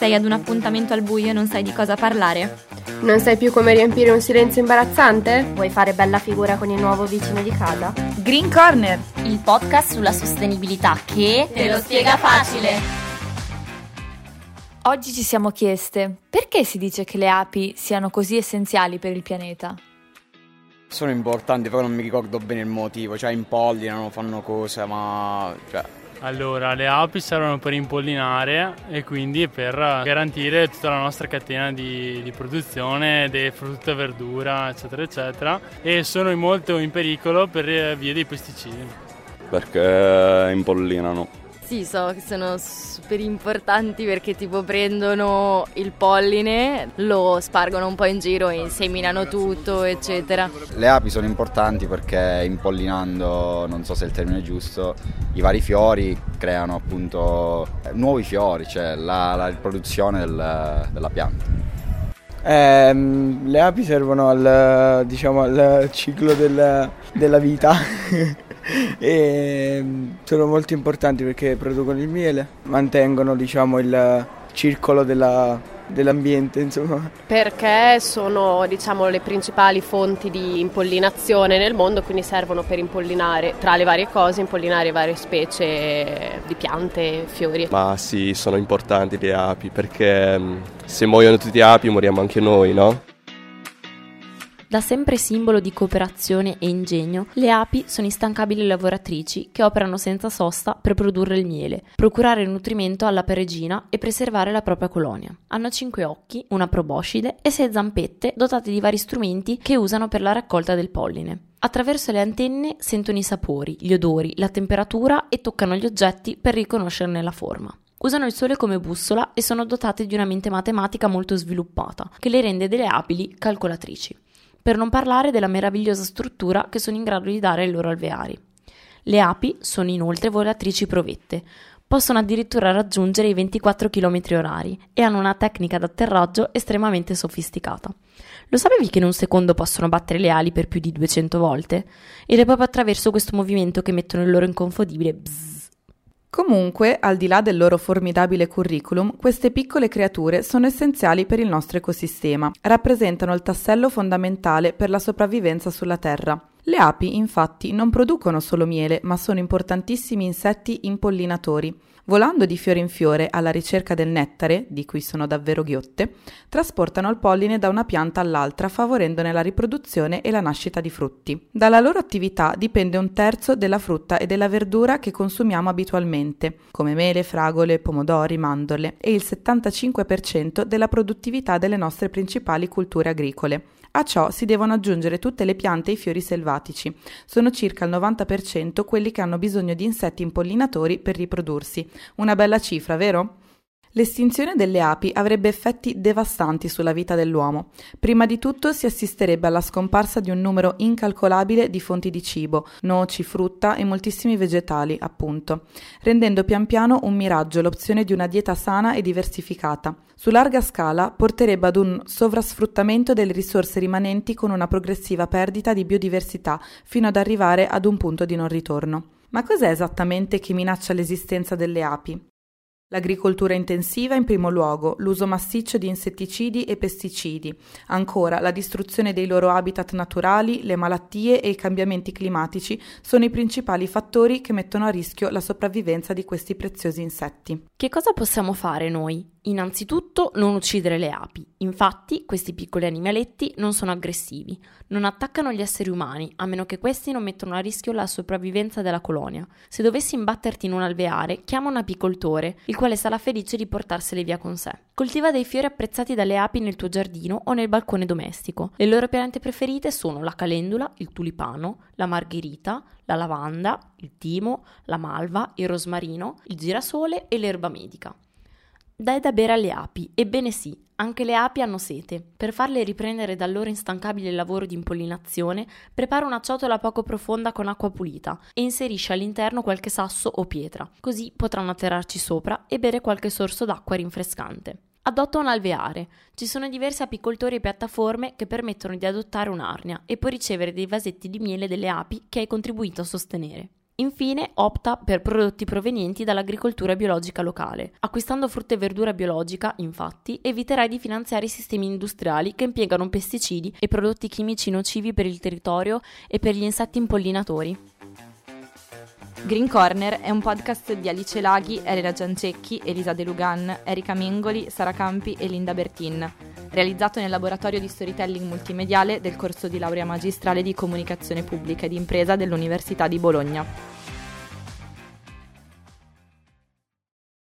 Sei ad un appuntamento al buio e non sai di cosa parlare? Non sai più come riempire un silenzio imbarazzante? Vuoi fare bella figura con il nuovo vicino di casa? Green Corner, il podcast sulla sostenibilità che te lo spiega facile. Oggi ci siamo chieste perché si dice che le api siano così essenziali per il pianeta? Sono importanti, però non mi ricordo bene il motivo, cioè impollinano, fanno cose, ma... Allora, le api servono per impollinare e quindi per garantire tutta la nostra catena di produzione di frutta e verdura, eccetera, eccetera, e sono molto in pericolo per via dei pesticidi. Perché impollinano. Sì, so che sono super importanti perché tipo prendono il polline, lo spargono un po' in giro e inseminano tutto, eccetera. Le api sono importanti perché impollinando, non so se è il termine giusto, i vari fiori creano appunto nuovi fiori, cioè la riproduzione della pianta. Le api servono al ciclo della vita. E sono molto importanti perché producono il miele, mantengono il circolo dell'ambiente, insomma. Perché sono le principali fonti di impollinazione nel mondo, quindi servono per impollinare tra le varie cose, impollinare varie specie di piante, fiori. Ma sì, sono importanti le api perché se muoiono tutti le api moriamo anche noi, no? Da sempre simbolo di cooperazione e ingegno, le api sono instancabili lavoratrici che operano senza sosta per produrre il miele, procurare nutrimento all'ape regina e preservare la propria colonia. Hanno 5 occhi, una proboscide e 6 zampette dotate di vari strumenti che usano per la raccolta del polline. Attraverso le antenne sentono i sapori, gli odori, la temperatura e toccano gli oggetti per riconoscerne la forma. Usano il sole come bussola e sono dotate di una mente matematica molto sviluppata, che le rende delle abili calcolatrici. Per non parlare della meravigliosa struttura che sono in grado di dare ai loro alveari. Le api sono inoltre volatrici provette, possono addirittura raggiungere i 24 km/h e hanno una tecnica d'atterraggio estremamente sofisticata. Lo sapevi che in un secondo possono battere le ali per più di 200 volte? Ed è proprio attraverso questo movimento che mettono il loro inconfondibile bzzz. Comunque, al di là del loro formidabile curriculum, queste piccole creature sono essenziali per il nostro ecosistema, rappresentano il tassello fondamentale per la sopravvivenza sulla Terra. Le api, infatti, non producono solo miele, ma sono importantissimi insetti impollinatori. Volando di fiore in fiore alla ricerca del nettare, di cui sono davvero ghiotte, trasportano il polline da una pianta all'altra, favorendone la riproduzione e la nascita di frutti. Dalla loro attività dipende 1/3 della frutta e della verdura che consumiamo abitualmente, come mele, fragole, pomodori, mandorle, e il 75% della produttività delle nostre principali culture agricole. A ciò si devono aggiungere tutte le piante e i fiori selvatici. Sono circa il 90% quelli che hanno bisogno di insetti impollinatori per riprodursi. Una bella cifra, vero? L'estinzione delle api avrebbe effetti devastanti sulla vita dell'uomo. Prima di tutto si assisterebbe alla scomparsa di un numero incalcolabile di fonti di cibo, noci, frutta e moltissimi vegetali, appunto, rendendo pian piano un miraggio l'opzione di una dieta sana e diversificata. Su larga scala porterebbe ad un sovrasfruttamento delle risorse rimanenti con una progressiva perdita di biodiversità fino ad arrivare ad un punto di non ritorno. Ma cos'è esattamente che minaccia l'esistenza delle api? L'agricoltura intensiva in primo luogo, l'uso massiccio di insetticidi e pesticidi, ancora la distruzione dei loro habitat naturali, le malattie e i cambiamenti climatici sono i principali fattori che mettono a rischio la sopravvivenza di questi preziosi insetti. Che cosa possiamo fare noi? Innanzitutto non uccidere le api. Infatti questi piccoli animaletti non sono aggressivi, non attaccano gli esseri umani, a meno che questi non mettano a rischio la sopravvivenza della colonia. Se dovessi imbatterti in un alveare, chiama un apicoltore, il quale sarà felice di portarsele via con sé. Coltiva dei fiori apprezzati dalle api nel tuo giardino o nel balcone domestico. Le loro piante preferite sono la calendula, il tulipano, la margherita, la lavanda, il timo, la malva, il rosmarino, il girasole e l'erba medica. Dai da bere alle api, ebbene sì, anche le api hanno sete. Per farle riprendere dal loro instancabile lavoro di impollinazione, prepara una ciotola poco profonda con acqua pulita e inserisce all'interno qualche sasso o pietra, così potranno atterrarci sopra e bere qualche sorso d'acqua rinfrescante. Adotta un alveare. Ci sono diversi apicoltori e piattaforme che permettono di adottare un'arnia e puoi ricevere dei vasetti di miele delle api che hai contribuito a sostenere. Infine opta per prodotti provenienti dall'agricoltura biologica locale. Acquistando frutta e verdura biologica, infatti, eviterai di finanziare i sistemi industriali che impiegano pesticidi e prodotti chimici nocivi per il territorio e per gli insetti impollinatori. Green Corner è un podcast di Alice Laghi, Elena Giancecchi, Elisa De Lugan, Erika Mengoli, Sara Campi e Linda Bertin, realizzato nel laboratorio di storytelling multimediale del corso di laurea magistrale di comunicazione pubblica ed impresa dell'Università di Bologna.